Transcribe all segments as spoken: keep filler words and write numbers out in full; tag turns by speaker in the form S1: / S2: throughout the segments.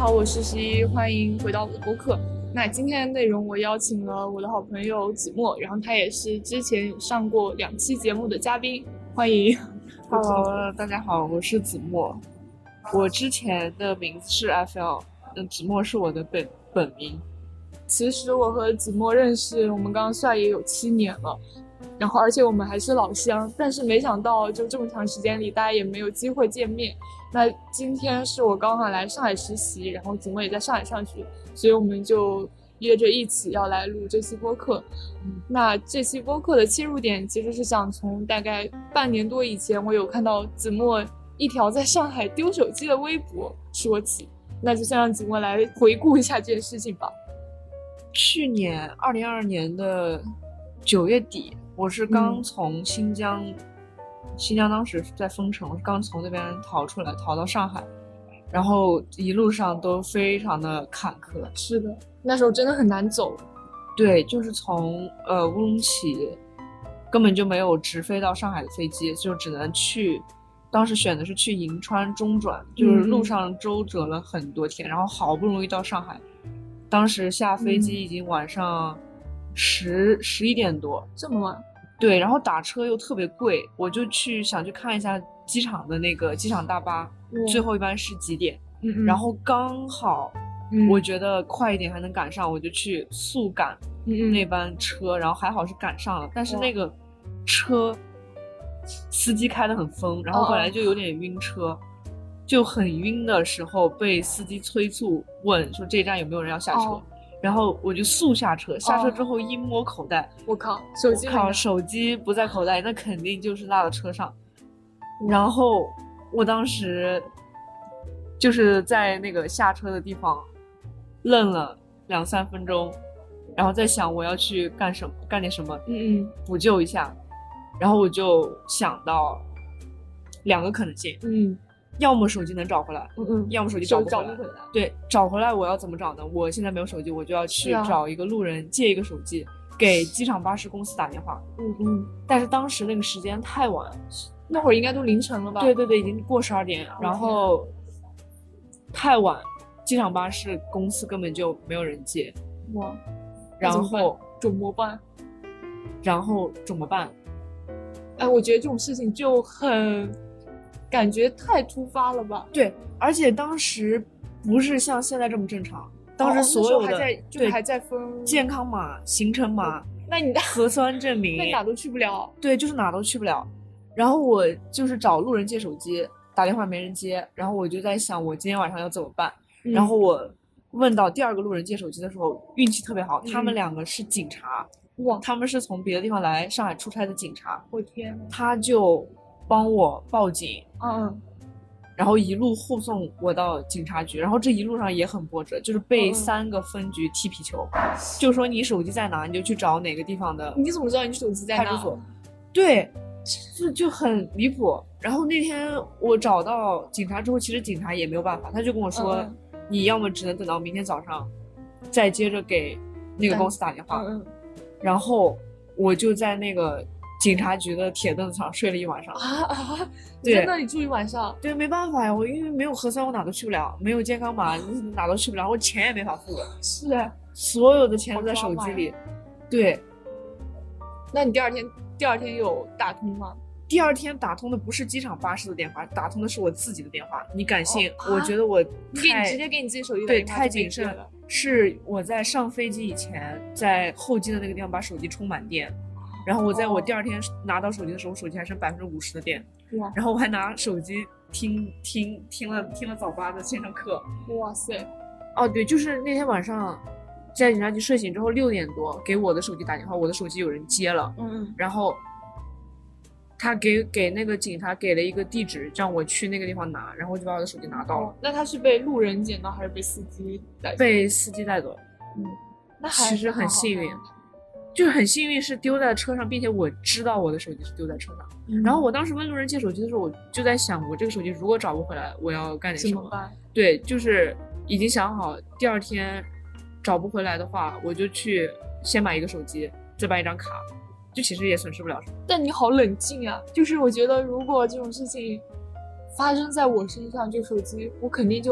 S1: 好，我是十一，欢迎回到我的播客。那今天的内容我邀请了我的好朋友子墨，然后他也是之前上过两期节目的嘉宾，欢迎。
S2: Hello， 大家好，我是子墨。我之前的名字是 F L， 嗯，子墨是我的本本名。
S1: 其实我和子墨认识，我们刚刚算也有七年了，然后而且我们还是老乡，但是没想到就这么长时间里，大家也没有机会见面。那今天是我刚好来上海实习，然后子墨也在上海上学，所以我们就约着一起要来录这期播客。嗯、那这期播客的切入点其实是想从大概半年多以前，我有看到子墨一条在上海丢手机的微博说起，那就先让子墨来回顾一下这件事情吧。
S2: 去年二零二二年的九月底，我是刚从新疆、嗯、新疆当时在封城，我是刚从那边逃出来，逃到上海，然后一路上都非常的坎坷。
S1: 是的，那时候真的很难走。
S2: 对，就是从呃乌鲁木齐根本就没有直飞到上海的飞机，就只能去，当时选的是去银川中转，就是路上周折了很多天、嗯、然后好不容易到上海，当时下飞机已经晚上十十一点多，
S1: 这么晚？
S2: 对，然后打车又特别贵，我就去想去看一下机场的那个机场大巴，最后一班是几点？
S1: 嗯嗯，
S2: 然后刚好、嗯、我觉得快一点还能赶上，我就去速赶那班车，嗯嗯，然后还好是赶上了，但是那个车司机开得很疯，然后本来就有点晕车。哦，就很晕的时候被司机催促问说这站有没有人要下车、哦、然后我就速下车，下车之后一摸口袋，
S1: 我、哦、靠，手机
S2: 靠手机不在口袋，那肯定就是落到车上、嗯、然后我当时就是在那个下车的地方愣了两三分钟，然后在想我要去干什么，干点什么，
S1: 嗯嗯，
S2: 补救一下。然后我就想到两个可能性，
S1: 嗯，
S2: 要么手机能找回来，
S1: 嗯嗯，
S2: 要么手机找不回来。
S1: 找不回来。
S2: 对，找回来我要怎么找呢？我现在没有手机，我就要去找一个路人借一个手机，给机场巴士公司打电话。
S1: 嗯嗯。
S2: 但是当时那个时间太晚，
S1: 那会儿应该都凌晨了吧？
S2: 对对对，已经过十二点，然后太晚，机场巴士公司根本就没有人接。
S1: 哇，
S2: 然后
S1: 怎么办？
S2: 然后怎么办？
S1: 哎，我觉得这种事情就很。感觉太突发了吧？
S2: 对，而且当时不是像现在这么正常，当时所有的、
S1: 哦、还在就还在分
S2: 健康码、行程码，
S1: 那你的
S2: 核酸证明，
S1: 那你哪都去不了。
S2: 对，就是哪都去不了。然后我就是找路人借手机，打电话没人接，然后我就在想我今天晚上要怎么办、嗯、然后我问到第二个路人借手机的时候，运气特别好、嗯、他们两个是警察，
S1: 哇，
S2: 他们是从别的地方来上海出差的警察。
S1: 我天哪，
S2: 他就帮我报警，
S1: 嗯，
S2: 然后一路护送我到警察局，然后这一路上也很波折，就是被三个分局踢皮球，嗯、就说你手机在哪，你就去找哪个地方的。
S1: 你怎么知道你手机在哪？
S2: 派出所。对，就就很离谱。然后那天我找到警察之后，其实警察也没有办法，他就跟我说，嗯、你要么只能等到明天早上，再接着给那个公司打电话。
S1: 嗯嗯。
S2: 然后我就在那个警察局的铁凳子上睡了一晚上
S1: 啊啊！你在那里住一晚上？
S2: 对，没办法呀，我因为没有核酸，我哪都去不了；没有健康码，哪都去不了。我钱也没法付，
S1: 是啊，
S2: 所有的钱都在手机里。对，
S1: 那你第二天第二天有打通吗？
S2: 第二天打通的不是机场巴士的电话，打通的是我自己的电话。你敢信？
S1: 哦啊、
S2: 我觉得我
S1: 你给你直接给你自己手机的
S2: 对太谨慎了。是我在上飞机以前，在候机的那个地方把手机充满电。然后我在我第二天拿到手机的时候，手机还剩百分之五十的电，
S1: 哇！
S2: 然后我还拿手机听听听了听了早八的线上课，
S1: 哇塞！
S2: 哦，对，就是那天晚上在警察局睡醒之后六点多给我的手机打电话，我的手机有人接了，
S1: 嗯嗯，
S2: 然后他给给那个警察给了一个地址，让我去那个地方拿，然后我就把我的手机拿到了。
S1: 哦、那他是被路人捡到还是被司机带走？
S2: 被司机带走。
S1: 嗯，那还
S2: 其实很幸运。就是很幸运是丢在车上，并且我知道我的手机是丢在车上、嗯、然后我当时问路人借手机的时候，我就在想我这个手机如果找不回来我要干点什么。
S1: 怎么办？
S2: 对，就是已经想好第二天找不回来的话，我就去先买一个手机，再办一张卡，就其实也损失不了什么。
S1: 但你好冷静啊，就是我觉得如果这种事情发生在我身上，就手机我肯定就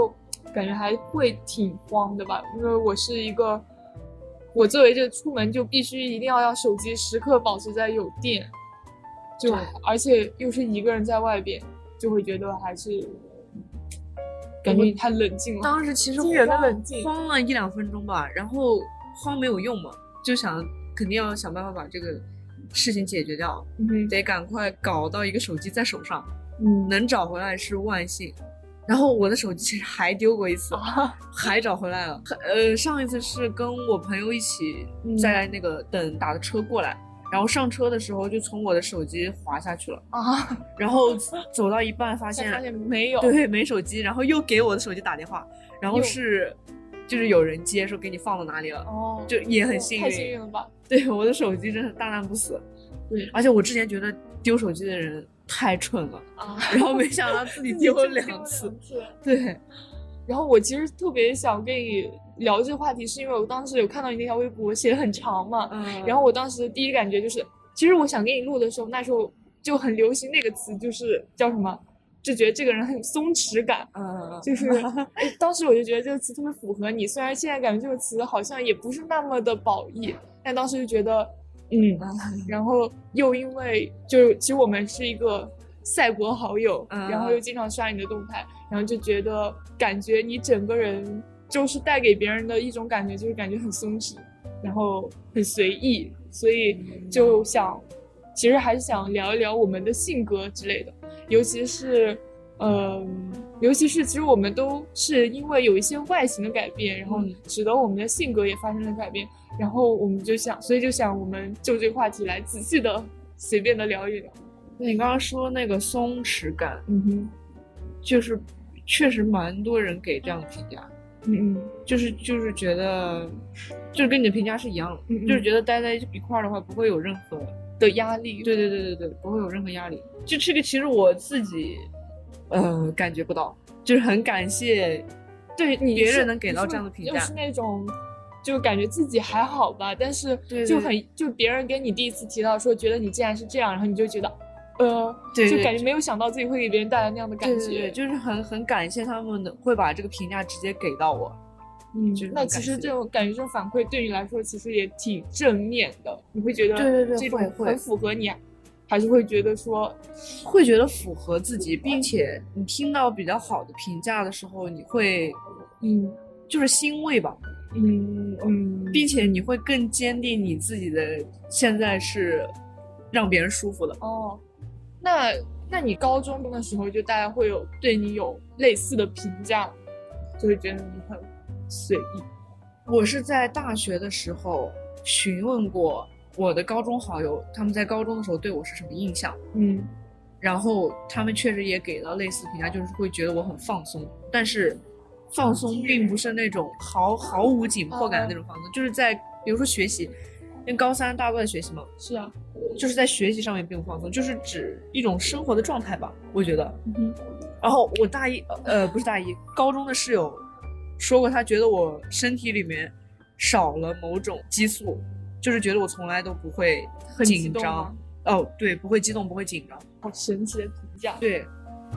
S1: 感觉还会挺慌的吧，因为我是一个，我作为这出门就必须一定要让手机时刻保持在有电，就而且又是一个人在外边，就会觉得还是感觉太冷静了。
S2: 当时其实
S1: 惊人的冷静，
S2: 慌了一两分钟吧，然后慌没有用嘛，就想肯定要想办法把这个事情解决掉，
S1: 嗯、
S2: 得赶快搞到一个手机在手上，
S1: 嗯，
S2: 能找回来是万幸。然后我的手机其实还丢过一次，啊、还找回来了。呃，上一次是跟我朋友一起在那个等打的车过来，嗯、然后上车的时候就从我的手机滑下去了啊，然后走到一半发现
S1: 发现没有，
S2: 对，没手机，然后又给我的手机打电话，然后是就是有人接说给你放到哪里了，哦，就也很幸运，
S1: 太幸运了吧？
S2: 对，我的手机真是大难不死。对，而且我之前觉得丢手机的人太蠢了啊，然后没想到自己丢了两次。对，
S1: 然后我其实特别想跟你聊这个话题，是因为我当时有看到你那条微博写的很长嘛，嗯，然后我当时第一感觉就是，其实我想跟你录的时候，那时候就很流行那个词，就是叫什么，就觉得这个人很松弛感，嗯，就是当时我就觉得这个词特别符合你，虽然现在感觉这个词好像也不是那么的褒义，但当时就觉得。嗯，然后又因为就其实我们是一个赛博好友，嗯、然后又经常刷你的动态，然后就觉得感觉你整个人就是带给别人的一种感觉，就是感觉很松弛，然后很随意，所以就想，其实还是想聊一聊我们的性格之类的，尤其是，嗯、呃，尤其是其实我们都是因为有一些外形的改变，然后使得我们的性格也发生了改变。然后我们就想，所以就想我们就这个话题来仔细的、随便的聊一聊。
S2: 你刚刚说那个松弛感，
S1: 嗯哼，
S2: 就是确实蛮多人给这样的评价，
S1: 嗯嗯，
S2: 就是就是觉得，就是跟你的评价是一样的，嗯嗯，就是觉得待在一块儿的话不会有任何
S1: 的压力，
S2: 对对对对对，不会有任何压力。就这个其实我自己，呃，感觉不到，就是很感谢，
S1: 对你
S2: 别人能给到这样的评价，
S1: 就是那种。就感觉自己还好吧，但是就很就别人跟你第一次提到说觉得你竟然是这样，然后你就觉得，呃，
S2: 对对
S1: 就感觉没有想到自己会给别人带来那样的感觉，
S2: 对对对，就是很很感谢他们的会把这个评价直接给到我。
S1: 嗯，那其实这种感觉这种反馈对你来说其实也挺正面的，你会觉得
S2: 对对对
S1: 这种很符合你，还是会觉得说
S2: 会觉得符合自己，并且你听到比较好的评价的时候，你会
S1: 嗯
S2: 就是欣慰吧。
S1: 嗯嗯，
S2: 并且你会更坚定你自己的现在是让别人舒服的
S1: 哦。那那你高中的时候就大家会有对你有类似的评价，就会觉得你很随意。
S2: 我是在大学的时候询问过我的高中好友，他们在高中的时候对我是什么印象，
S1: 嗯，
S2: 然后他们确实也给了类似评价，就是会觉得我很放松，但是放松并不是那种毫毫无紧迫感的那种放松，就是在比如说学习，因为高三大家都在学习嘛，
S1: 是啊，
S2: 就是在学习上面并不放松，就是指一种生活的状态吧，我觉得。
S1: 嗯，
S2: 然后我大一呃不是大一，高中的室友说过，他觉得我身体里面少了某种激素，就是觉得我从来都不会紧张，哦对，不会激动，不会紧张，
S1: 好神奇的评价。
S2: 对。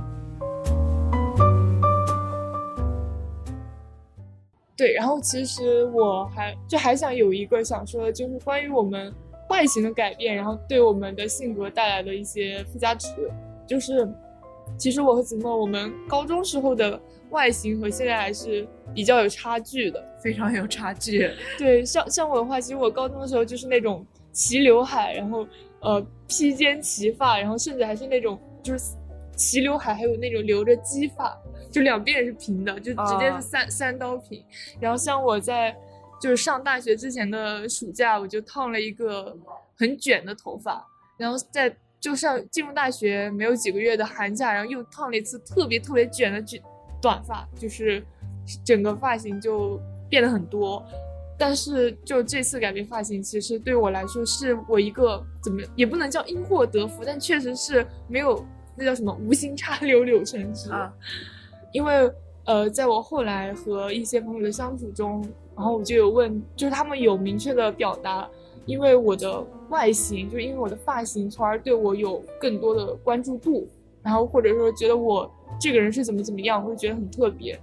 S1: 对，然后其实我还就还想有一个想说的，就是关于我们外形的改变，然后对我们的性格带来的一些附加值。就是其实我和子墨，我们高中时候的外形和现在还是比较有差距的，
S2: 非常有差距。
S1: 对，像像我的话，其实我高中的时候就是那种齐刘海，然后呃披肩齐发，然后甚至还是那种就是齐刘海，还有那种留着鸡发。就两边是平的，就直接是三、uh. 三刀平。然后像我在就是上大学之前的暑假，我就烫了一个很卷的头发，然后在就上进入大学没有几个月的寒假，然后又烫了一次特别特别卷的卷短发，就是整个发型就变得很多。但是就这次改变发型，其实对我来说是我一个怎么也不能叫因祸得福，但确实是没有那叫什么无心插柳柳成枝啊。Uh. 因为呃，在我后来和一些朋友的相处中，然后我就有问，就是他们有明确的表达，因为我的外形，就是因为我的发型，从而对我有更多的关注度，然后或者说觉得我这个人是怎么怎么样，会觉得很特别。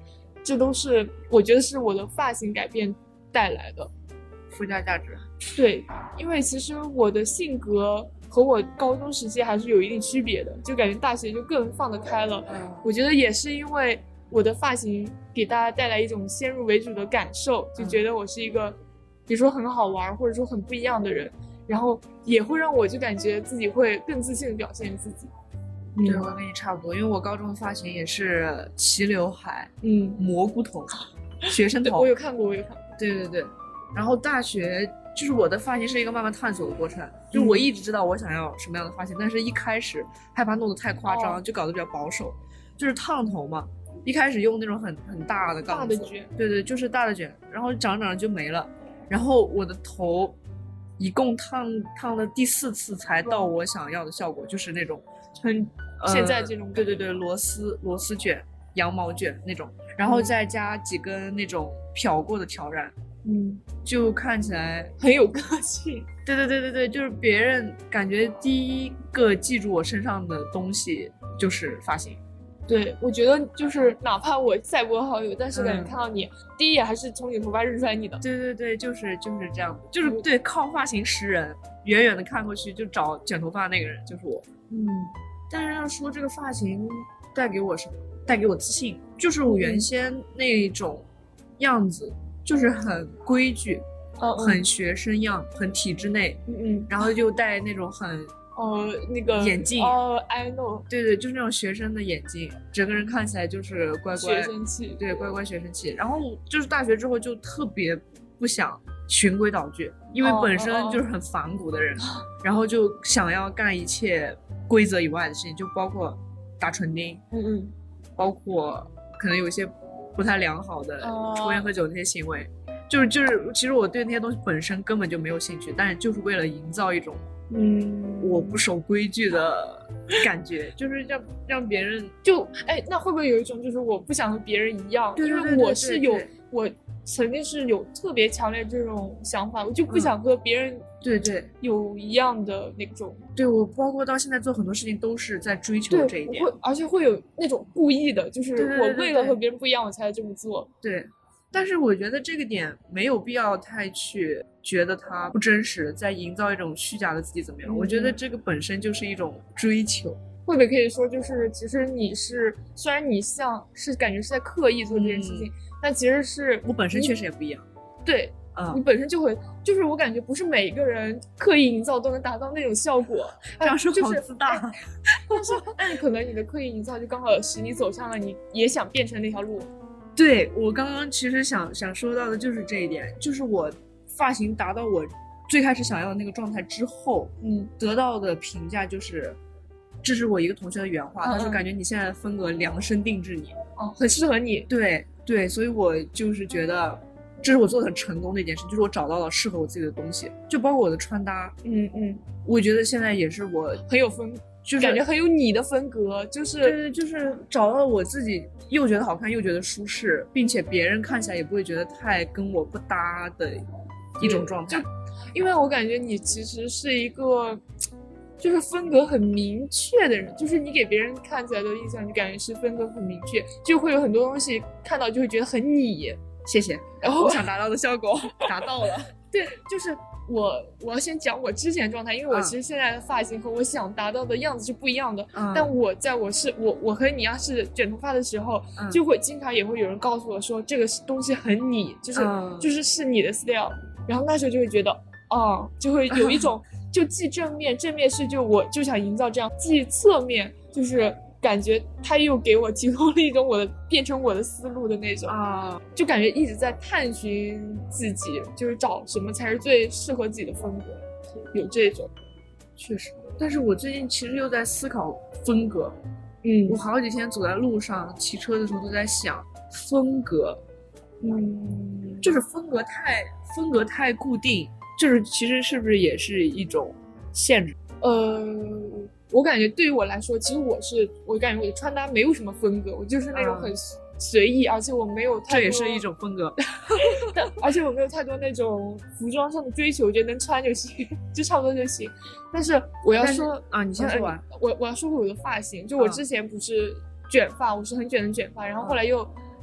S1: 这都是我觉得是我的发型改变带来的
S2: 附加价值。
S1: 对，因为其实我的性格和我高中时期还是有一定区别的，就感觉大学就更放得开了。嗯，我觉得也是因为我的发型给大家带来一种先入为主的感受，就觉得我是一个比如说很好玩或者说很不一样的人，然后也会让我就感觉自己会更自信的表现自己。
S2: 对，我跟你差不多，因为我高中的发型也是齐刘海，嗯，蘑菇头，学生头。
S1: 我有看过，我有看过。
S2: 对对对，然后大学就是我的发型是一个慢慢探索的过程，就是我一直知道我想要什么样的发型，但是一开始害怕弄得太夸张，就搞得比较保守，就是烫头嘛。一开始用那种很很大的杠
S1: 大的卷，
S2: 对对，就是大的卷，然后长着长着就没了，然后我的头一共烫烫了第四次才到我想要的效果，就是那种
S1: 很、呃、现在这种
S2: 对对对螺丝螺丝卷、羊毛卷那种，然后再加几根那种漂过的挑染，
S1: 嗯，
S2: 就看起来
S1: 很有个性。
S2: 对对对对对，就是别人感觉第一个记住我身上的东西就是发型。
S1: 对，我觉得就是哪怕我再不好友，但是感觉看到你、嗯、第一眼还是从你头发认出来你的。
S2: 对对对，就是就是这样，就是对靠发型识人，远远的看过去就找卷头发那个人就是我。
S1: 嗯，
S2: 但是要说这个发型带给我什么，带给我自信，就是我原先那种样子，就是很规矩，
S1: 嗯、
S2: 很学生样，很体制内，
S1: 嗯嗯，
S2: 然后就戴那种很。
S1: 哦，那个
S2: 眼镜
S1: 哦 ，I know，
S2: 对对，就是那种学生的眼镜，整个人看起来就是乖乖
S1: 学生气，
S2: 对，乖乖学生气。然后就是大学之后就特别不想循规蹈矩，因为本身就是很反骨的人，哦哦哦然后就想要干一切规则以外的事情，就包括打唇钉，
S1: 嗯嗯，
S2: 包括可能有一些不太良好的抽烟喝酒那些行为，哦、就是就是，其实我对那些东西本身根本就没有兴趣，但是就是为了营造一种。
S1: 嗯，
S2: 我不守规矩的感觉，就是让让别人
S1: 就哎，那会不会有一种就是我不想和别人一样？
S2: 对对对对对对，
S1: 因为我是有我曾经是有特别强烈这种想法，我就不想和别人
S2: 对对
S1: 有一样的那种。
S2: 嗯、对, 对我包括到现在做很多事情都是在追求这一点，
S1: 会而且会有那种故意的，就是我为了和别人不一样，我才这么做。
S2: 对。但是我觉得这个点没有必要太去觉得它不真实，在营造一种虚假的自己怎么样、嗯、我觉得这个本身就是一种追求。
S1: 会不会可以说就是其实你是虽然你像是感觉是在刻意做这件事情、嗯、但其实是
S2: 我本身确实也不一样。
S1: 对、嗯、你本身就会就是我感觉不是每一个人刻意营造都能达到那种效果。
S2: 这样说好自大、
S1: 就是、但是但是可能你的刻意营造就刚好使你走上了你也想变成那条路。
S2: 对，我刚刚其实想想说到的就是这一点，就是我发型达到我最开始想要的那个状态之后，
S1: 嗯，
S2: 得到的评价就是，这是我一个同学的原话，嗯嗯他说感觉你现在的风格量身定制你，
S1: 哦，很适合你。
S2: 对对，所以我就是觉得这是我做的很成功的一件事，就是我找到了适合我自己的东西，就包括我的穿搭，
S1: 嗯嗯，
S2: 我觉得现在也是我
S1: 很有风。就是感觉很有你的风格，就是
S2: 对对，就是找到我自己又觉得好看又觉得舒适，并且别人看起来也不会觉得太跟我不搭的一种状态。
S1: 因为我感觉你其实是一个就是风格很明确的人，就是你给别人看起来的印象，你感觉是风格很明确，就会有很多东西看到就会觉得很你。
S2: 谢谢，然后我想达到的效果达到了。
S1: 对，就是我我要先讲我之前状态，因为我其实现在的发型和我想达到的样子是不一样的。嗯、但我在我是我我和你要是卷头发的时候，嗯、就会经常也会有人告诉我说这个东西很你，就是、嗯、就是是你的 style。然后那时候就会觉得，哦，就会有一种就既正面正面是就我就想营造这样，既侧面就是感觉他又给我提供了一种我的变成我的思路的那种啊，就感觉一直在探寻自己，就是找什么才是最适合自己的风格，有这种。
S2: 确实，但是我最近其实又在思考风格。
S1: 嗯，
S2: 我好几天走在路上骑车的时候都在想风格。
S1: 嗯，
S2: 就是风格太风格太固定，就是其实是不是也是一种限制？
S1: 呃。我感觉对于我来说，其实我是我感觉我的穿搭没有什么风格，我就是那种很随意，嗯、而且我没有太多，
S2: 这也是一种风格。
S1: 但而且我没有太多那种服装上的追求，我觉得能穿就行，就差不多就行。但是我要说
S2: 啊，你先说完。
S1: 我我要说回我的发型，就我之前不是卷发，我是很卷的卷发，然后后来又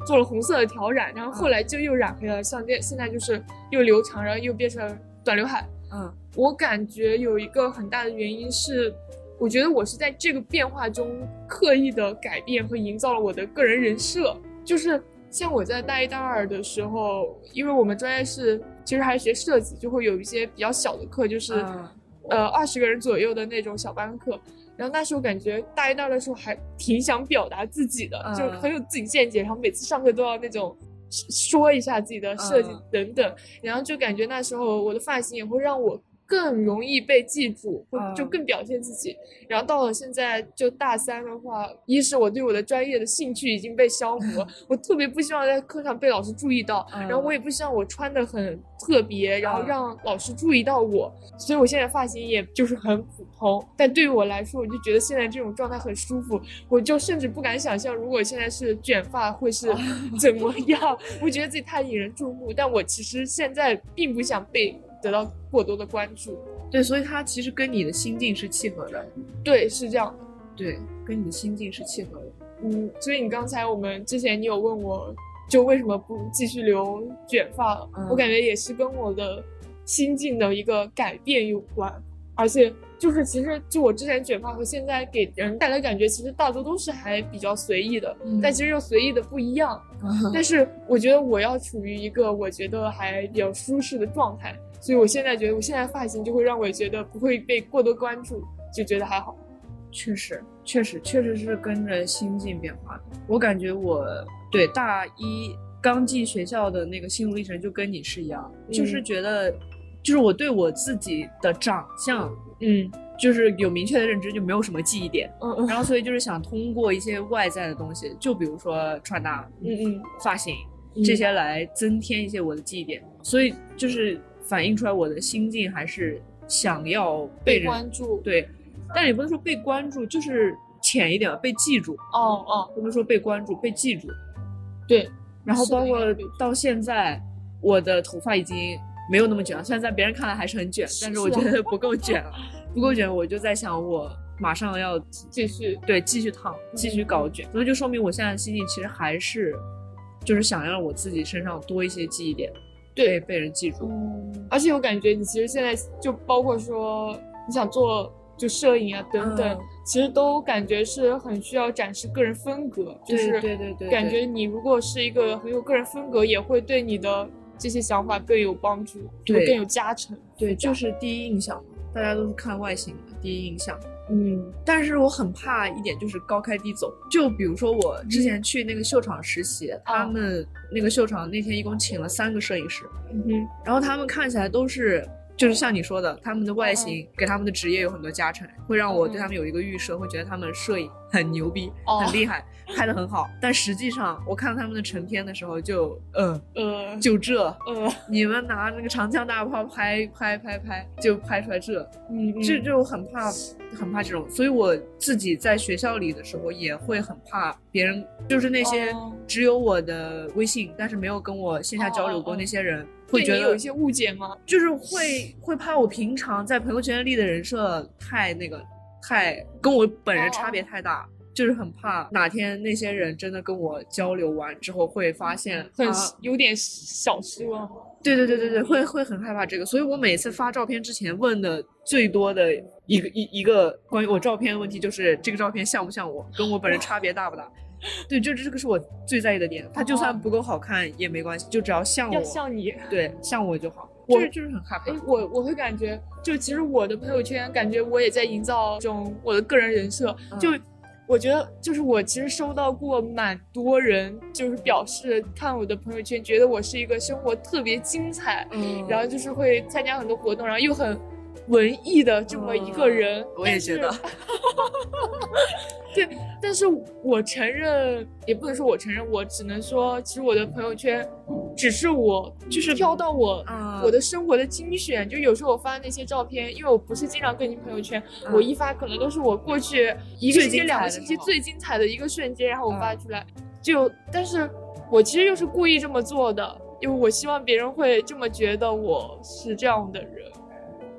S1: 做了红色的挑染，然后后来就又染回了，像现现在就是又留长，然后又变成短刘海。
S2: 嗯，
S1: 我感觉有一个很大的原因是，我觉得我是在这个变化中刻意的改变和营造了我的个人人设。就是像我在大一大二的时候，因为我们专业是其实还是学设计，就会有一些比较小的课，就是、嗯、呃二十个人左右的那种小班课。然后那时候感觉大一大二的时候还挺想表达自己的，嗯、就很有自己见解，然后每次上课都要那种说一下自己的设计等等，嗯、然后就感觉那时候我的发型也会让我更容易被记住，就更表现自己。嗯、然后到了现在就大三的话，一是我对我的专业的兴趣已经被消磨，我特别不希望在课上被老师注意到，嗯、然后我也不希望我穿的很特别，然后让老师注意到我，嗯、所以我现在发型也就是很普通。但对于我来说，我就觉得现在这种状态很舒服，我就甚至不敢想象如果现在是卷发会是怎么样。我觉得自己太引人注目，但我其实现在并不想被得到过多的关注。
S2: 对，所以它其实跟你的心境是契合的。
S1: 对，是这样的。
S2: 对，跟你的心境是契合的。
S1: 嗯，所以你刚才我们之前你有问我就为什么不继续留卷发了、嗯、我感觉也是跟我的心境的一个改变有关。而且就是其实就我之前卷发和现在给人带来感觉其实大多都是还比较随意的、嗯、但其实又随意的不一样、嗯、但是我觉得我要处于一个我觉得还比较舒适的状态，所以我现在觉得我现在发型就会让我觉得不会被过多关注，就觉得还好。
S2: 确实确实确实是跟着心境变化的。我感觉我对大一刚进学校的那个心路历程就跟你是一样、嗯、就是觉得就是我对我自己的长相嗯就是有明确的认知，就没有什么记忆点。嗯嗯，然后所以就是想通过一些外在的东西，就比如说穿搭嗯嗯发型这些来增添一些我的记忆点、嗯、所以就是反映出来我的心境还是想要被人
S1: 被关注。
S2: 对，但也不能说被关注，就是浅一点被记住。
S1: 哦哦，
S2: 不能说被关注，被记住。
S1: 对，
S2: 然后包括到现在我的头发已经没有那么卷了，虽然在别人看来还是很卷，但是我觉得不够卷了。不够卷，我就在想我马上要
S1: 继续
S2: 对继续烫，继续搞卷，所以就说明我现在的心情其实还是就是想让我自己身上多一些记忆点，对，被人记住。
S1: 嗯，而且我感觉你其实现在就包括说你想做就摄影啊等等、嗯、其实都感觉是很需要展示个人风格，就是
S2: 对对对，
S1: 感觉你如果是一个很有个人风格，也会对你的这些想法更有帮助，对，更有加成。
S2: 对，就是第一印象，大家都是看外形的第一印象。
S1: 嗯，
S2: 但是我很怕一点就是高开低走，就比如说我之前去那个秀场实习、嗯、他们那个秀场那天一共请了三个摄影师、
S1: 嗯哼，
S2: 然后他们看起来都是就是像你说的，他们的外形给他们的职业有很多加成，会让我对他们有一个预设，会觉得他们摄影很牛逼、哦、很厉害，拍得很好。但实际上我看到他们的成片的时候就呃呃就这呃你们拿那个长枪大炮拍拍拍拍就拍出来这嗯这就很怕很怕这种。所以我自己在学校里的时候也会很怕别人，就是那些只有我的微信但是没有跟我线下交流过那些人、哦会觉得
S1: 对你有一些误解吗？
S2: 就是会会怕我平常在朋友圈立的人设太那个太跟我本人差别太大、哦、就是很怕哪天那些人真的跟我交流完之后会发现
S1: 很、啊、有点小失望。
S2: 对对对对对，会会很害怕这个。所以我每次发照片之前问的最多的一个一一个关于我照片的问题就是这个照片像不像我，跟我本人差别大不大。对，就这个是我最在意的点，它就算不够好看也没关系，就只要像我，
S1: 要像你，
S2: 对，像我就好。我就是就是很害怕。
S1: 我我会感觉，就其实我的朋友圈，感觉我也在营造这种我的个人人设。嗯、就我觉得，就是我其实收到过蛮多人，就是表示看我的朋友圈，觉得我是一个生活特别精彩，嗯、然后就是会参加很多活动，然后又很文艺的这么一个人。嗯、
S2: 我也觉得。
S1: 对，但是我承认，也不能说我承认，我只能说，其实我的朋友圈只是我就是挑到我、嗯、我的生活的精选。就有时候我发那些照片，因为我不是经常更新朋友圈、嗯、我一发可能都是我过去一个星期两个星期最精彩的一个瞬间，然后我发出来、嗯、就但是我其实又是故意这么做的，因为我希望别人会这么觉得我是这样的人。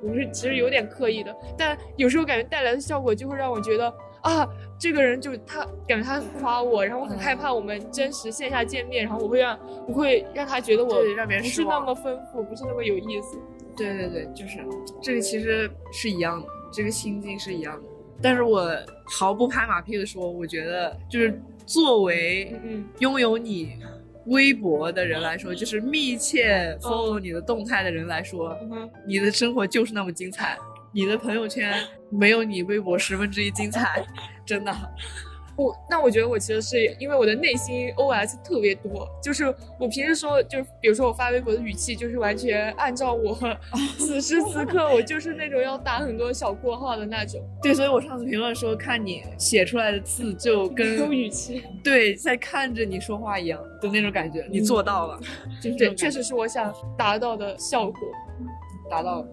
S1: 我是其实有点刻意的，但有时候感觉带来的效果就会让我觉得啊，这个人就他感觉他很夸我，然后我很害怕我们真实线下见面，然后我会让我会让他觉得我
S2: 让别人
S1: 不是那么丰富，不是那么有意思。
S2: 对对对，就是这个其实是一样的，这个心境是一样的。但是我毫不拍马屁的说，我觉得就是作为拥有你微博的人来说，就是密切 follow 你的动态的人来说，
S1: 嗯、
S2: 你的生活就是那么精彩，你的朋友圈没有你微博十分之一精彩，真的。
S1: 我那我觉得我其实是因为我的内心 O S 特别多，就是我平时说，就是比如说我发微博的语气，就是完全按照我此时此刻我就是那种要打很多小括号的那种。
S2: 对，所以我上次评论说，看你写出来的字就跟
S1: 有语气，
S2: 对，在看着你说话一样的那种感觉，你做到了，
S1: 嗯、就是对，确实是我想达到的效果，
S2: 达到了。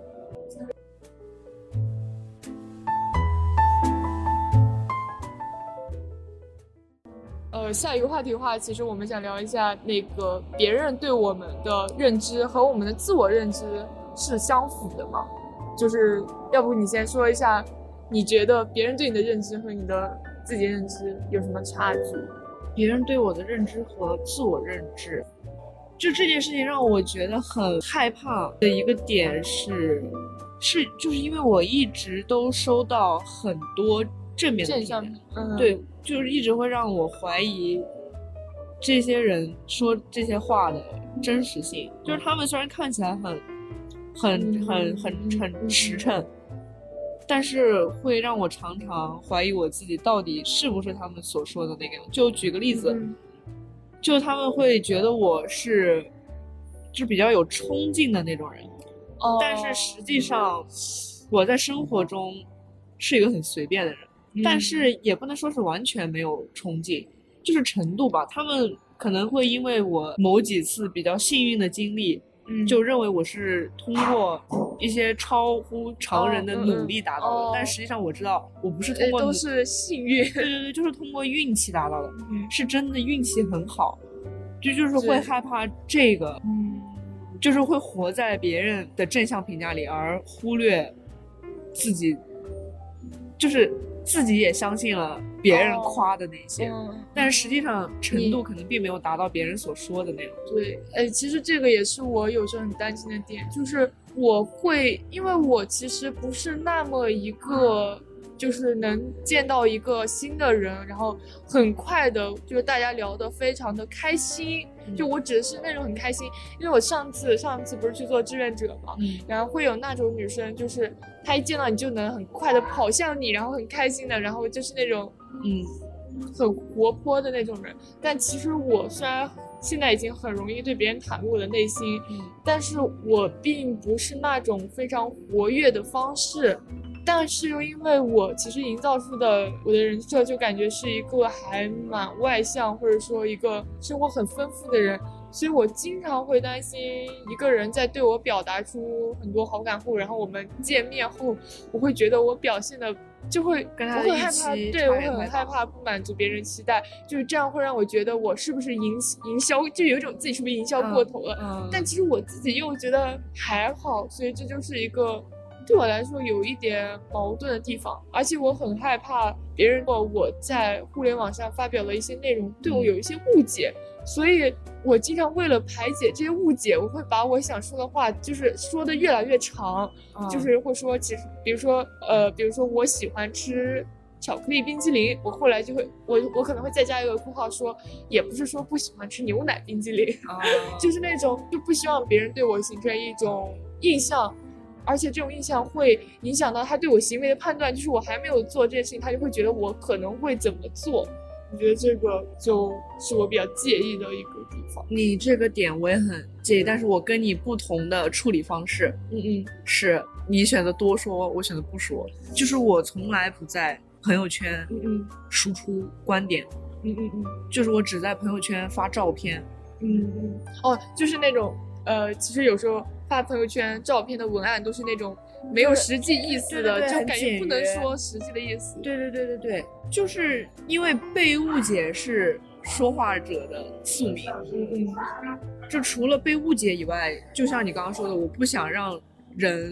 S1: 呃，下一个话题的话，其实我们想聊一下那个别人对我们的认知和我们的自我认知是相符的吗？就是要不你先说一下，你觉得别人对你的认知和你的自己认知有什么差距？
S2: 别人对我的认知和自我认知，就这件事情让我觉得很害怕的一个点是，是就是因为我一直都收到很多正面的
S1: 正向，嗯，
S2: 对。就是一直会让我怀疑这些人说这些话的真实性，就是他们虽然看起来很很很很很实诚，但是会让我常常怀疑我自己到底是不是他们所说的那个样。就举个例子，就他们会觉得我是就比较有冲劲的那种人，但是实际上我在生活中是一个很随便的人。但是也不能说是完全没有冲劲，就是程度吧。他们可能会因为我某几次比较幸运的经历，嗯，就认为我是通过一些超乎常人的努力达到的。哦嗯嗯、但实际上我知道，我不是通过
S1: 都是幸运，
S2: 对对对，就是通过运气达到的，嗯、是真的运气很好。就就是会害怕这个，嗯，就是会活在别人的正向评价里，而忽略自己，就是。自己也相信了别人夸的那些，哦嗯、但是实际上程度可能并没有达到别人所说的那种。
S1: 对，哎，其实这个也是我有时候很担心的点，就是我会，因为我其实不是那么一个，就是能见到一个新的人，然后很快的，就是大家聊得非常的开心。就我指的是那种很开心，因为我上次上次不是去做志愿者嘛，嗯、然后会有那种女生，就是她一见到你就能很快的跑向你，然后很开心的，然后就是那种嗯很活泼的那种人。但其实我虽然现在已经很容易对别人袒露我的内心，嗯、但是我并不是那种非常活跃的方式。但是又因为我其实营造出的我的人设就感觉是一个还蛮外向，或者说一个生活很丰富的人，所以我经常会担心一个人在对我表达出很多好感后，然后我们见面后，我会觉得我表现的就会
S2: 跟他的预期，
S1: 我很害怕，对，我很害怕不满足别人期待，就是这样会让我觉得我是不是营营销，就有一种自己是不是营销过头了，嗯嗯、但其实我自己又觉得还好，所以这就是一个。对我来说有一点矛盾的地方，而且我很害怕别人说我在互联网上发表了一些内容对我有一些误解，嗯、所以我经常为了排解这些误解，我会把我想说的话就是说的越来越长，嗯、就是会说其实比如说呃比如说我喜欢吃巧克力冰淇淋，我后来就会我我可能会再加一个括号说也不是说不喜欢吃牛奶冰淇淋，嗯、就是那种就不希望别人对我形成一种印象。而且这种印象会影响到他对我行为的判断，就是我还没有做这件事情，他就会觉得我可能会怎么做。我觉得这个就是我比较介意的一个地方。
S2: 你这个点我也很介意，但是我跟你不同的处理方式。嗯嗯，是你选择多说，我选择不说。就是我从来不在朋友圈嗯嗯输出观点。嗯嗯嗯，就是我只在朋友圈发照片。
S1: 嗯嗯，哦，就是那种呃，其实有时候。发朋友圈照片的文案都是那种没有实际意思的，
S2: 对对对，
S1: 就感觉不能说实际的意思。
S2: 对对对对对，就是因为被误解是说话者的宿命。嗯嗯，就除了被误解以外，就像你刚刚说的，我不想让人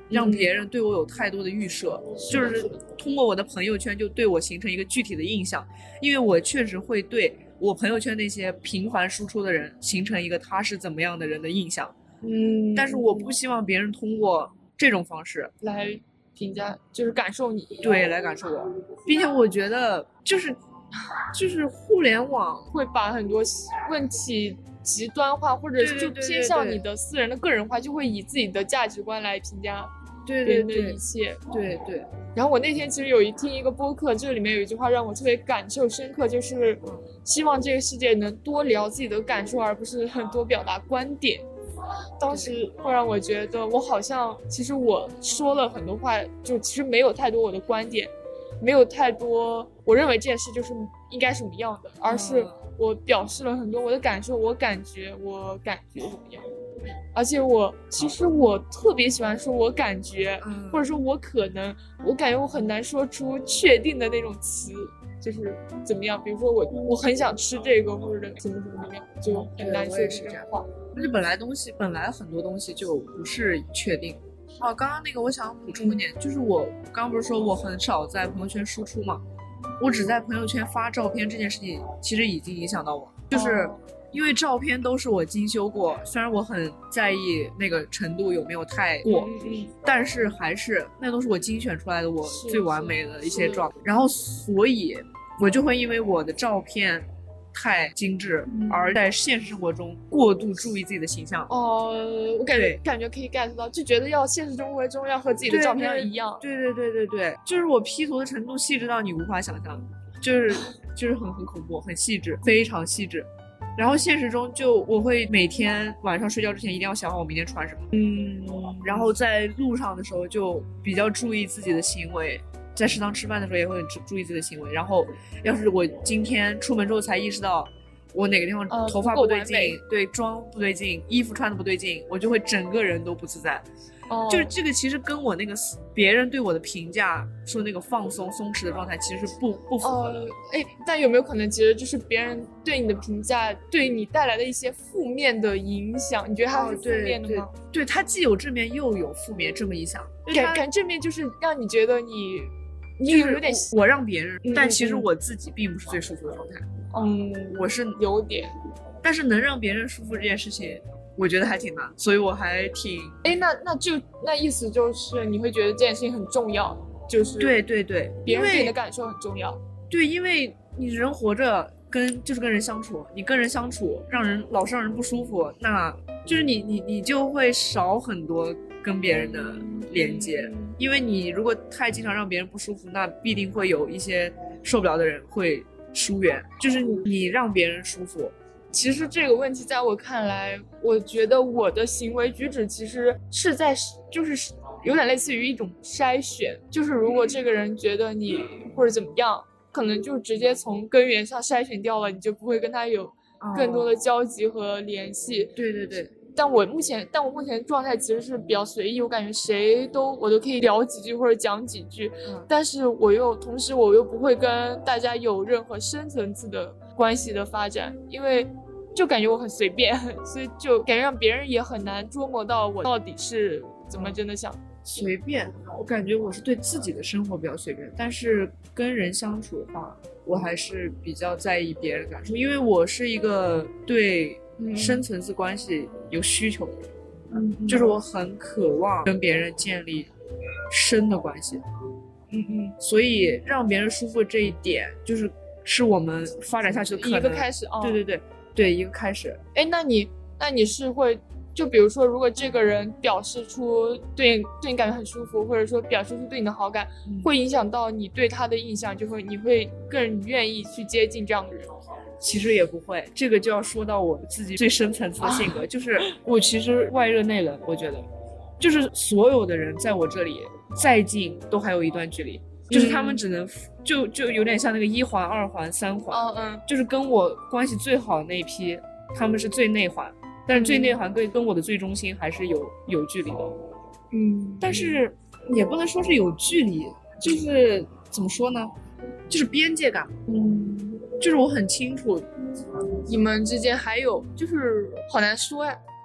S2: 让别人对我有太多的预设，嗯、就是通过我的朋友圈就对我形成一个具体的印象，因为我确实会对我朋友圈那些频繁输出的人形成一个他是怎么样的人的印象。
S1: 嗯，
S2: 但是我不希望别人通过这种方式
S1: 来评价，就是感受你，
S2: 对，来感受我，并且我觉得就是就是互联网
S1: 会把很多问题极端化，或者就偏向你的私人的个人化，就会以自己的价值观来评价别人的一切。
S2: 对 对, 对, 对。
S1: 然后我那天其实有一听一个播客，这里面有一句话让我特别感受深刻，就是希望这个世界能多聊自己的感受，而不是很多表达观点。当时会让我觉得我好像其实我说了很多话，就其实没有太多我的观点，没有太多我认为这件事就是应该什么样的，而是我表示了很多我的感受，我感觉我感觉怎么样。而且我其实我特别喜欢说我感觉、嗯、或者说我可能我感觉我很难说出确定的那种词，就是怎么样，比如说我我很想吃这个或者怎么怎么怎么样，就很难说出这样话。
S2: 但是本来东西本来很多东西就不是确定。哦，刚刚那个我想补充一点、嗯、就是我刚刚不是说我很少在朋友圈输出嘛，我只在朋友圈发照片，这件事情其实已经影响到我，就是因为照片都是我精修过，虽然我很在意那个程度有没有太过、嗯嗯、但是还是那都是我精选出来的我最完美的一些照片，然后所以我就会因为我的照片太精致、嗯、而在现实生活中过度注意自己的形象。
S1: 哦、呃，我感觉感觉可以 get 到，就觉得要现实生活中要和自己的照片一样。
S2: 对对对对对，就是我 P 图的程度细致到你无法想象，就是就是很很恐怖，很细致，非常细致。然后现实中就我会每天晚上睡觉之前一定要想好我明天穿什么，嗯，然后在路上的时候就比较注意自己的行为，在食堂吃饭的时候也会注意自己的行为，然后要是我今天出门之后才意识到我哪个地方头发不对劲、呃、对，妆不对劲，衣服穿的不对劲，我就会整个人都不自在。哦，就是这个其实跟我那个别人对我的评价说那个放松松弛的状态其实是不不符合的。
S1: 哎、呃，但有没有可能其实就是别人对你的评价对你带来的一些负面的影响？你觉得它是负面的吗？
S2: 哦、对, 对, 对，它既有正面又有负面这么一想。
S1: 感感正面就是让你觉得你你有有点、
S2: 就是、我让别人、嗯，但其实我自己并不是最舒服的状态。
S1: 嗯，
S2: 我是
S1: 有点，
S2: 但是能让别人舒服这件事情我觉得还挺难，所以我还挺
S1: 哎，那那就那意思就是你会觉得这件事情很重要，就是
S2: 对对对，
S1: 别人对你的感受很重要。
S2: 对，因为你人活着跟就是跟人相处，你跟人相处让人老是让人不舒服，那就是你你你就会少很多跟别人的连接、嗯、因为你如果太经常让别人不舒服，那必定会有一些受不了的人会疏远，就是你让别人舒服。
S1: 其实这个问题在我看来，我觉得我的行为举止其实是在就是有点类似于一种筛选，就是如果这个人觉得你或者怎么样，可能就直接从根源上筛选掉了，你就不会跟他有更多的交集和联系、哦、
S2: 对对对。
S1: 但我目前但我目前状态其实是比较随意，我感觉谁都我都可以聊几句或者讲几句、嗯、但是我又同时我又不会跟大家有任何深层次的关系的发展，因为就感觉我很随便，所以就感觉让别人也很难捉摸到我到底是怎么真的想。
S2: 随便，我感觉我是对自己的生活比较随便，但是跟人相处的话我还是比较在意别人的感受，因为我是一个对深层次关系有需求的人、嗯、就是我很渴望跟别人建立深的关系，嗯嗯，所以让别人舒服这一点就是是我们发展下去的可能
S1: 一个开始、哦、
S2: 对对对对，一个开始。
S1: 哎，那你那你是会就比如说如果这个人表示出对对你感觉很舒服，或者说表示出对你的好感、嗯、会影响到你对他的印象，就会你会更愿意去接近这样的人？
S2: 其实也不会，这个就要说到我自己最深层次的性格、啊、就是我其实外热内冷，我觉得就是所有的人在我这里再近都还有一段距离，就是他们只能、嗯、就就有点像那个一环二环三环、
S1: 哦、嗯，
S2: 就是跟我关系最好的那一批他们是最内环，但是最内环跟跟我的最中心还是有有距离的，嗯，但是也不能说是有距离，就是怎么说呢，就是边界感，嗯，就是我很清楚
S1: 你们之间还有就是好难说呀，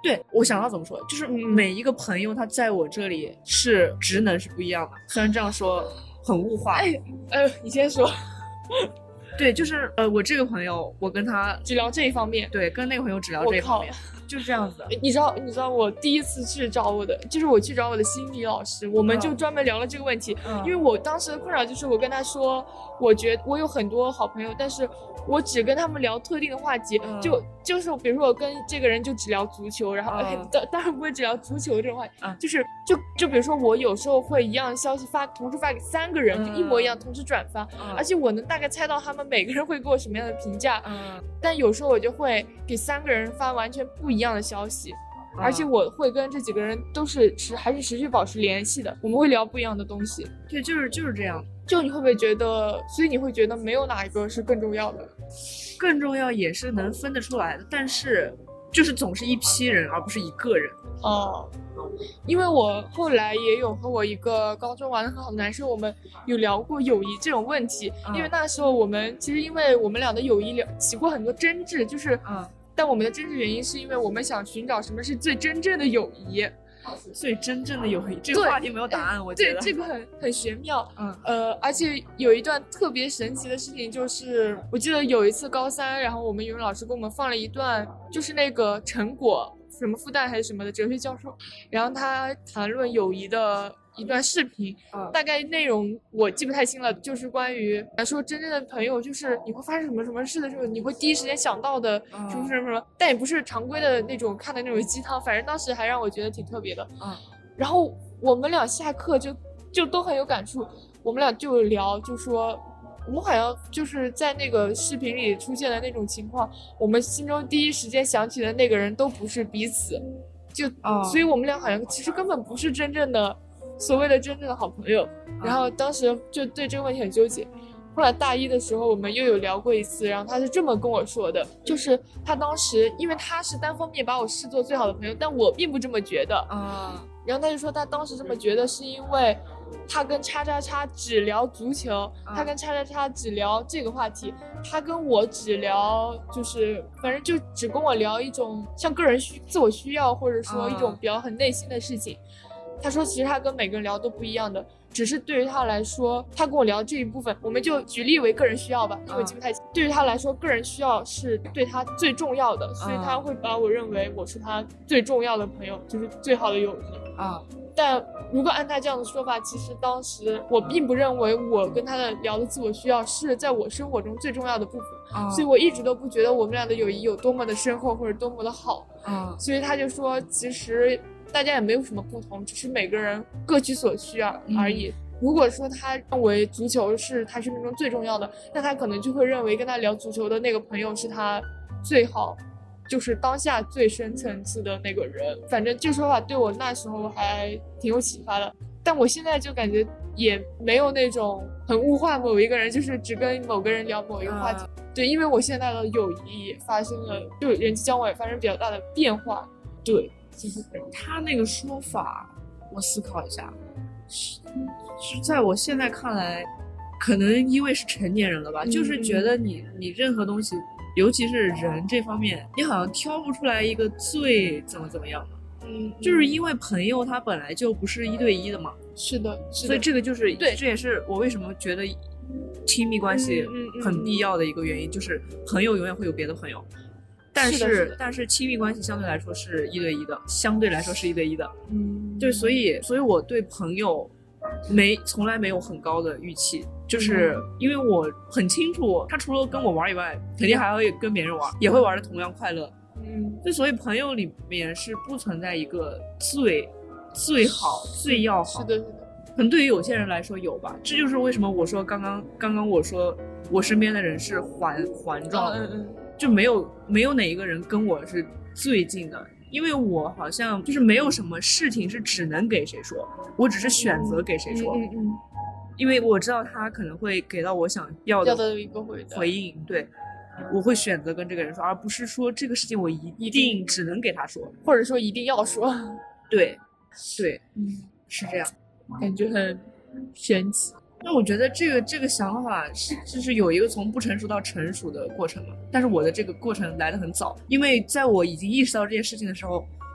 S2: 对，我想到怎么说，就是每一个朋友他在我这里是职能是不一样的，虽然这样说很物化。
S1: 哎，呃，你先说。
S2: 对，就是呃，我这个朋友，我跟他
S1: 只聊这一方面，
S2: 对，跟那个朋友只聊这一方面，就是这样子的。
S1: 你知道，你知道我第一次去找我的，就是我去找我的心理老师，我们就专门聊了这个问题。嗯、因为我当时的困扰就是，我跟他说，我觉得我有很多好朋友，但是我只跟他们聊特定的话题，嗯、就就是比如说我跟这个人就只聊足球，然后、嗯、当当然不会只聊足球这种话题，嗯、就是就就比如说我有时候会一样的消息发同时发给三个人，嗯、就一模一样同时转发，嗯、而且我能大概猜到他们每个人会给我什么样的评价，嗯、但有时候我就会给三个人发完全不一样的消息。而且我会跟这几个人都是持还是持续保持联系的，我们会聊不一样的东西。
S2: 对，就是就是这样。
S1: 就你会不会觉得，所以你会觉得没有哪一个是更重要的？
S2: 更重要也是能分得出来的，但是就是总是一批人，而不是一个人。
S1: 哦，因为我后来也有和我一个高中玩得很好的男生，我们有聊过友谊这种问题。嗯、因为那时候我们其实因为我们俩的友谊起过很多争执，就是嗯。但我们的真正原因是因为我们想寻找什么是最真正的友谊，
S2: 最真正的友谊。这个话题没有答案，我觉得。
S1: 对，这个很很玄妙。嗯，呃，而且有一段特别神奇的事情，就是我记得有一次高三，然后我们语文老师给我们放了一段，就是那个陈果什么复旦还是什么的哲学教授，然后他谈论友谊的一段视频，嗯、大概内容我记不太清了，就是关于来说真正的朋友，就是你会发生什么什么事的时候，你会第一时间想到的什么什么什么，嗯、但也不是常规的那种看的那种鸡汤，反正当时还让我觉得挺特别的。嗯，然后我们俩下课就就都很有感触，我们俩就聊，就说我们好像就是在那个视频里出现的那种情况，我们心中第一时间想起的那个人都不是彼此，就、哦、所以我们俩好像其实根本不是真正的。所谓的真正的好朋友，然后当时就对这个问题很纠结。后来大一的时候我们又有聊过一次，然后他是这么跟我说的，就是他当时因为他是单方面把我视作最好的朋友，但我并不这么觉得啊。然后他就说他当时这么觉得是因为他跟叉叉叉只聊足球，他跟叉叉叉只聊这个话题，他跟我只聊就是反正就只跟我聊一种像个人需自我需要，或者说一种比较很内心的事情。他说其实他跟每个人聊都不一样的，只是对于他来说，他跟我聊这一部分，我们就举例为个人需要吧，因为记不太清。对于他来说，个人需要是对他最重要的，所以他会把我认为我是他最重要的朋友，就是最好的友谊啊。但如果按他这样的说法，其实当时我并不认为我跟他的聊的自我需要是在我生活中最重要的部分，啊、所以我一直都不觉得我们俩的友谊有多么的深厚或者多么的好。啊、所以他就说，其实大家也没有什么不同，只是每个人各取所需而而已。嗯、如果说他认为足球是他生命中最重要的，那他可能就会认为跟他聊足球的那个朋友是他最好。就是当下最深层次的那个人，反正这说法对我那时候还挺有启发的。但我现在就感觉也没有那种很物化某一个人，就是只跟某个人聊某一个话题。嗯、对，因为我现在的友谊也发生了，就人际交往也发生比较大的变化。对，就是
S2: 他那个说法，我思考一下，是是在我现在看来，可能因为是成年人了吧，嗯、就是觉得你你任何东西。尤其是人这方面，你好像挑不出来一个最怎么怎么样的，嗯，就是因为朋友他本来就不是一对一的嘛，
S1: 是的，是的，
S2: 所以这个就是
S1: 对，
S2: 这也是我为什么觉得亲密关系很必要的一个原因，嗯嗯嗯、就是朋友永远会有别的朋友，但是,
S1: 是, 是
S2: 但是亲密关系相对来说是一对一的，相对来说是一对一的，嗯，对，所以所以我对朋友没从来没有很高的预期。就是因为我很清楚他除了跟我玩以外肯定还会跟别人玩，也会玩的同样快乐，嗯，就所以朋友里面是不存在一个最最好最要好，
S1: 是的，是的，
S2: 可能对于有些人来说有吧，这就是为什么我说刚刚刚刚我说我身边的人是环环状的，嗯嗯，就没有没有哪一个人跟我是最近的，因为我好像就是没有什么事情是只能给谁说，我只是选择给谁说，嗯嗯嗯，因为我知道他可能会给到我想要
S1: 的一个
S2: 回应，对，我会选择跟这个人说，而不是说这个事情我一定只能给他说，
S1: 或者说一定要说，
S2: 对，对，嗯，是这样，
S1: 感觉很神奇。
S2: 那我觉得这个这个想法是就是有一个从不成熟到成熟的过程嘛，但是我的这个过程来得很早，因为在我已经意识到这件事情的时候，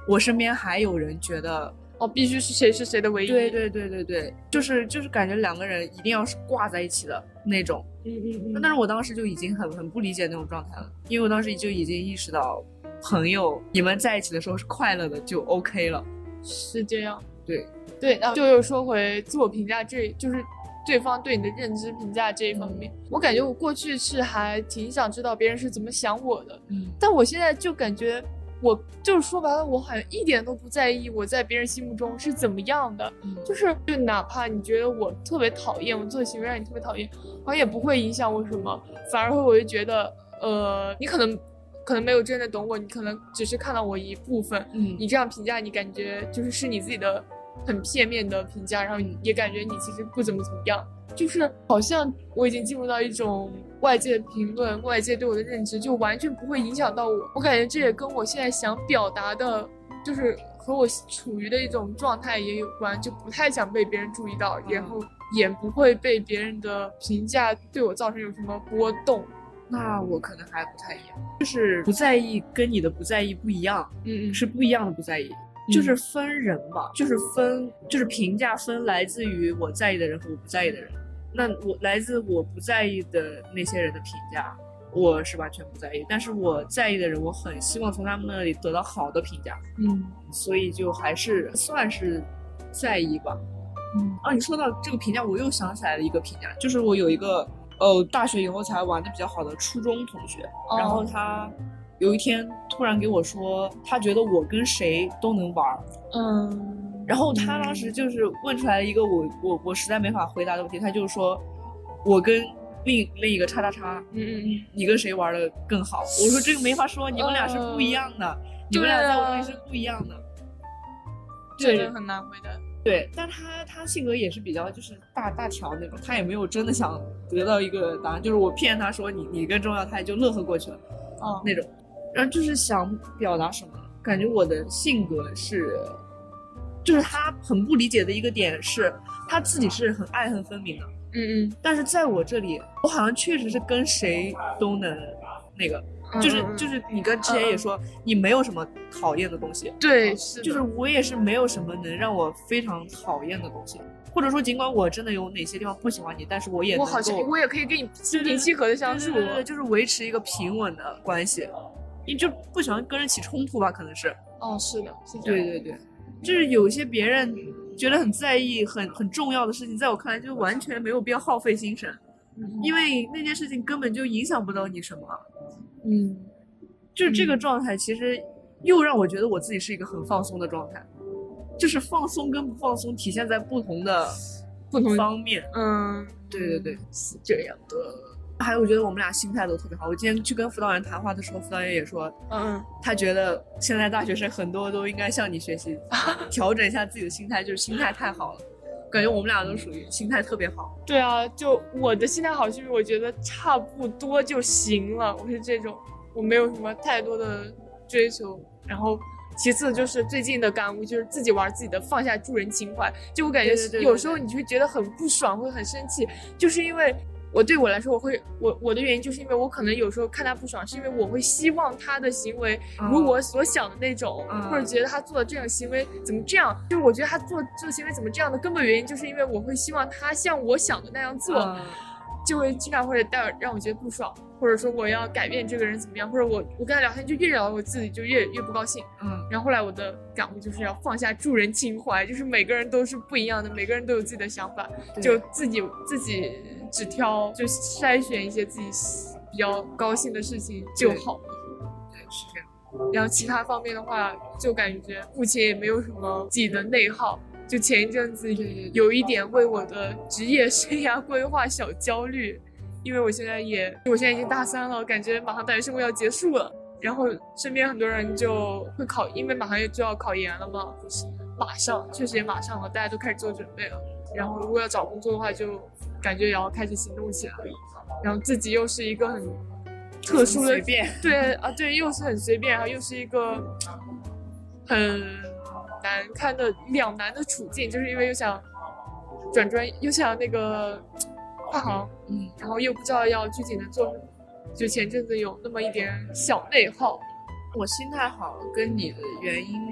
S2: 我身边还有人觉得
S1: 哦，必须是谁是谁的唯一。
S2: 对对对对对，就是就是感觉两个人一定要是挂在一起的那种。
S1: 嗯嗯嗯。
S2: 但是我当时就已经很很不理解那种状态了，因为我当时就已经意识到，朋友你们在一起的时候是快乐的就 OK 了。
S1: 是这样。
S2: 对
S1: 对，然后就又说回自我评价，这就是对方对你的认知评价这一方面，我感觉我过去是还挺想知道别人是怎么想我的，
S2: 嗯，
S1: 但我现在就感觉我就是说白了，我好像一点都不在意我在别人心目中是怎么样的，
S2: 嗯，
S1: 就是就哪怕你觉得我特别讨厌，我做的行为让你特别讨厌，好像也不会影响我什么，反而会我就觉得，呃，你可能可能没有真的懂我，你可能只是看到我一部分，
S2: 嗯，
S1: 你这样评价，你感觉就是是你自己的很片面的评价，然后也感觉你其实不怎么怎么样，就是好像我已经进入到一种外界的评论，外界对我的认知就完全不会影响到我。我感觉这也跟我现在想表达的，就是和我处于的一种状态也有关，就不太想被别人注意到，然后也不会被别人的评价对我造成有什么波动。
S2: 那我可能还不太一样，就是不在意跟你的不在意不一样，
S1: 嗯嗯，
S2: 是不一样的不在意。就是分人吧，就是分，就是评价分来自于我在意的人和我不在意的人。那我来自我不在意的那些人的评价，我是完全不在意。但是我在意的人，我很希望从他们那里得到好的评价。
S1: 嗯，
S2: 所以就还是算是在意吧。
S1: 嗯，
S2: 啊，你说到这个评价，我又想起来了一个评价，就是我有一个呃大学以后才玩的比较好的初中同学，
S1: 哦、
S2: 然后他。有一天突然给我说，他觉得我跟谁都能玩，
S1: 嗯，
S2: 然后他当时就是问出来一个我我我实在没法回答的问题，他就是说，我跟另另一个叉叉叉，
S1: 嗯嗯嗯，
S2: 你跟谁玩的更好？我说这个没法说，你们俩是不一样的，呃、你们俩在我那里是不一样的，
S1: 这个很难回答。
S2: 对，但他他性格也是比较就是大大条那种，他也没有真的想得到一个答案，就是我骗他说你你更重要，他也就乐呵过去了，
S1: 哦，
S2: 那种。然后就是想表达什么，感觉我的性格是，就是他很不理解的一个点是，他自己是很爱恨分明的，
S1: 嗯嗯，
S2: 但是在我这里，我好像确实是跟谁都能那个，就是
S1: 嗯
S2: 就是你跟之前也说、嗯、你没有什么讨厌的东西，
S1: 对，是，
S2: 就是我也是没有什么能让我非常讨厌的东西，或者说尽管我真的有哪些地方不喜欢你，但是我也能够
S1: 我好像我也可以跟你心平气和的相处，
S2: 对对对，就是维持一个平稳的关系。你就不喜欢跟人起冲突吧？可能是。
S1: 哦，是的，是
S2: 对对对，就是有些别人觉得很在意、很很重要的事情，在我看来就完全没有必要耗费心神，
S1: 嗯、
S2: 因为那件事情根本就影响不到你什么。
S1: 嗯，
S2: 就是这个状态，其实又让我觉得我自己是一个很放松的状态，就是放松跟不放松体现在不同的
S1: 不同
S2: 方面。
S1: 嗯，
S2: 对对对，
S1: 是这样的。
S2: 还有，我觉得我们俩心态都特别好。我今天去跟辅导员谈话的时候，辅导员也说，
S1: 嗯，
S2: 他觉得现在大学生很多都应该向你学习，调整一下自己的心态，就是心态太好了。感觉我们俩都属于心态特别好。
S1: 对啊，就我的心态好，就是我觉得差不多就行了。我是这种，我没有什么太多的追求。然后，其次就是最近的感悟，就是自己玩自己的，放下助人情怀。就我感觉有时候你会觉得很不爽，会很生气，就是因为。我对我来说，我会我我的原因就是因为我可能有时候看他不爽，是因为我会希望他的行为如我所想的那种，
S2: 嗯、
S1: 或者觉得他做的这种行为怎么这样，就是我觉得他做这个行为怎么这样的根本原因，就是因为我会希望他像我想的那样做，
S2: 嗯、
S1: 就会经常会带让我觉得不爽，或者说我要改变这个人怎么样，或者我我跟他聊天就越聊我自己就越越不高兴，
S2: 嗯，
S1: 然后后来我的感悟就是要放下助人情怀，就是每个人都是不一样的，每个人都有自己的想法，就自己自己。只挑就筛选一些自己比较高兴的事情就好了。
S2: 对，是这样。
S1: 然后其他方面的话，就感觉目前也没有什么自己的内耗。就前一阵子有一点为我的职业生涯规划小焦虑，因为我现在也，我现在已经大三了，感觉马上大学生活要结束了。然后身边很多人就会考，因为马上就要考研了嘛，马上确实也马上了，大家都开始做准备了。然后如果要找工作的话，就感觉也要开始行动起来。然后自己又是一个很特殊的，
S2: 随便，
S1: 对啊，对，又是很随便，然后又是一个很难看的两难的处境，就是因为又想转专，又想那个跨行，
S2: 嗯，
S1: 然后又不知道要具体能做什么，就前阵子有那么一点小内耗。
S2: 我心态好跟你的原因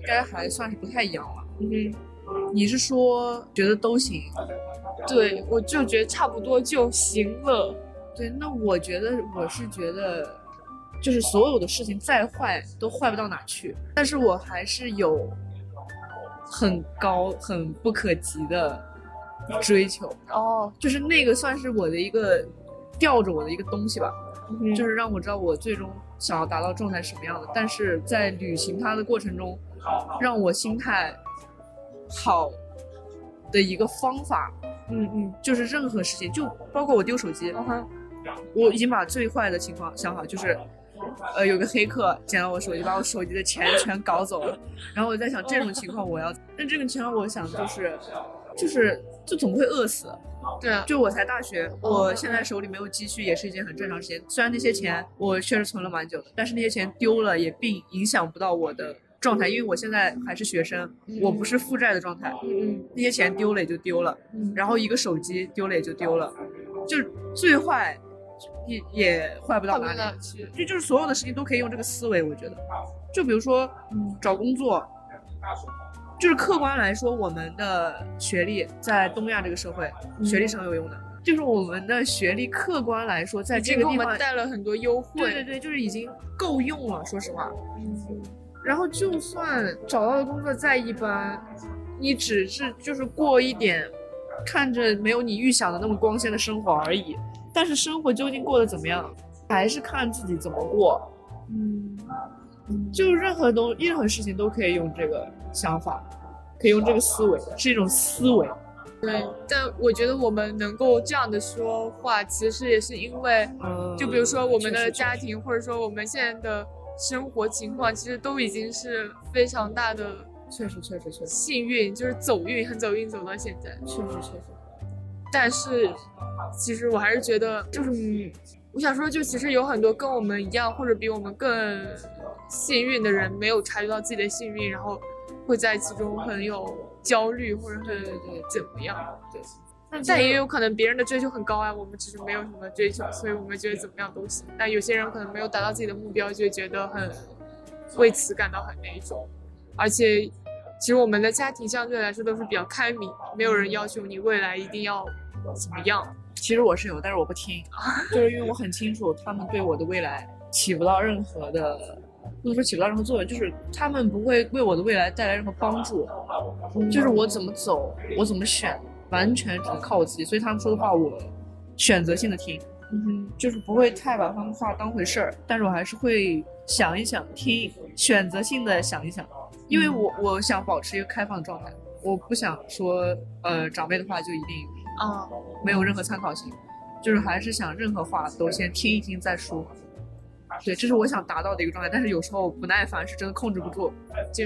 S2: 该还算是不太一样了。
S1: 嗯哼。
S2: 你是说觉得都行？
S1: 对，我就觉得差不多就行了。
S2: 对，那我觉得我是觉得，就是所有的事情再坏都坏不到哪去，但是我还是有很高、很不可及的追求。
S1: 哦，
S2: 就是那个算是我的一个吊着我的一个东西吧，
S1: 嗯、
S2: 就是让我知道我最终想要达到状态是什么样的。但是在履行它的过程中，让我心态好的一个方法，
S1: 嗯嗯，
S2: 就是任何事情，就包括我丢手机，
S1: uh-huh.
S2: 我已经把最坏的情况想好，就是呃有个黑客捡到我手机，把我手机的钱全搞走了。然后我在想这种情况我要，但这种情况我想就是就是就总会饿死。
S1: 对啊，
S2: 就我才大学，我现在手里没有积蓄也是一件很正常的事情。虽然那些钱我确实存了蛮久的，但是那些钱丢了也并影响不到我的状态，因为我现在还是学生，
S1: 嗯、
S2: 我不是负债的状态。
S1: 嗯嗯，
S2: 那些钱丢了也就丢了，
S1: 嗯、
S2: 然后一个手机丢了也就丢了，就最坏也也坏不到哪里去。就就是所有的事情都可以用这个思维，我觉得。就比如说，嗯，找工作，就是客观来说，我们的学历在东亚这个社会，嗯、学历是很有用的。就是我们的学历客观来说，在这个地方
S1: 给我们带了很多优惠。
S2: 对对对，就是已经够用了，说实话。
S1: 嗯。
S2: 然后就算找到的工作再一般，你只是就是过一点看着没有你预想的那么光鲜的生活而已。但是生活究竟过得怎么样，还是看自己怎么过。
S1: 嗯，
S2: 就任何东任何事情都可以用这个想法，可以用这个思维，是一种思维。
S1: 对，但我觉得我们能够这样的说话，其实也是因为，
S2: 嗯、
S1: 就比如说我们的家庭，或者说我们现在的生活情况，其实都已经是非常大的，
S2: 确实确实确实
S1: 幸运，就是走运，很走运走到现在。
S2: 确实确实。
S1: 但是，其实我还是觉得，就是嗯，我想说，就其实有很多跟我们一样，或者比我们更幸运的人，没有察觉到自己的幸运，然后会在其中很有焦虑，或者很怎么样。对。但也有可能别人的追求很高啊，我们只是没有什么追求，所以我们觉得怎么样都行。但有些人可能没有达到自己的目标，就觉得很为此感到很那种。而且，其实我们的家庭相对来说都是比较开明，没有人要求你未来一定要怎么样。
S2: 其实我是有，但是我不听，就是因为我很清楚他们对我的未来起不到任何的，不能说起不到任何作用，就是他们不会为我的未来带来任何帮助。就是我怎么走，我怎么选。完全只能靠我自己，所以他们说的话我选择性的听，嗯，就是不会太把他们话当回事儿，但是我还是会想一想听，选择性的想一想，因为我我想保持一个开放的状态，我不想说呃长辈的话就一定
S1: 啊
S2: 没有任何参考性，就是还是想任何话都先听一听再说。对，这是我想达到的一个状态，但是有时候不耐烦是真的控制不住，
S1: 就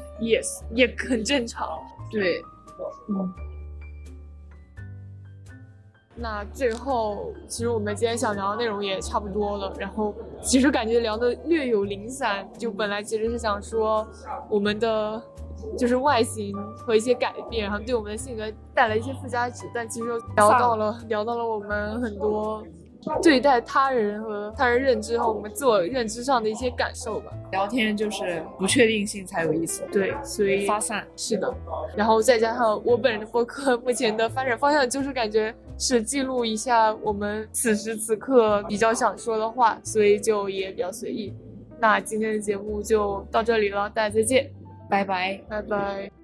S1: yes 也很正常。
S2: 对，
S1: 嗯。那最后，其实我们今天想聊的内容也差不多了。然后，其实感觉聊的略有零散。就本来其实是想说，我们的就是外形和一些改变，然后对我们的性格带来一些附加值。但其实聊到了聊到了我们很多对待他人和他人认知和我们自我认知上的一些感受吧。
S2: 聊天就是不确定性才有意思，
S1: 对，所以
S2: 发散
S1: 是的。然后再加上我本人的播客目前的发展方向就是感觉是记录一下我们此时此刻比较想说的话，所以就也比较随意。那今天的节目就到这里了，大家再见，
S2: 拜拜，
S1: 拜拜。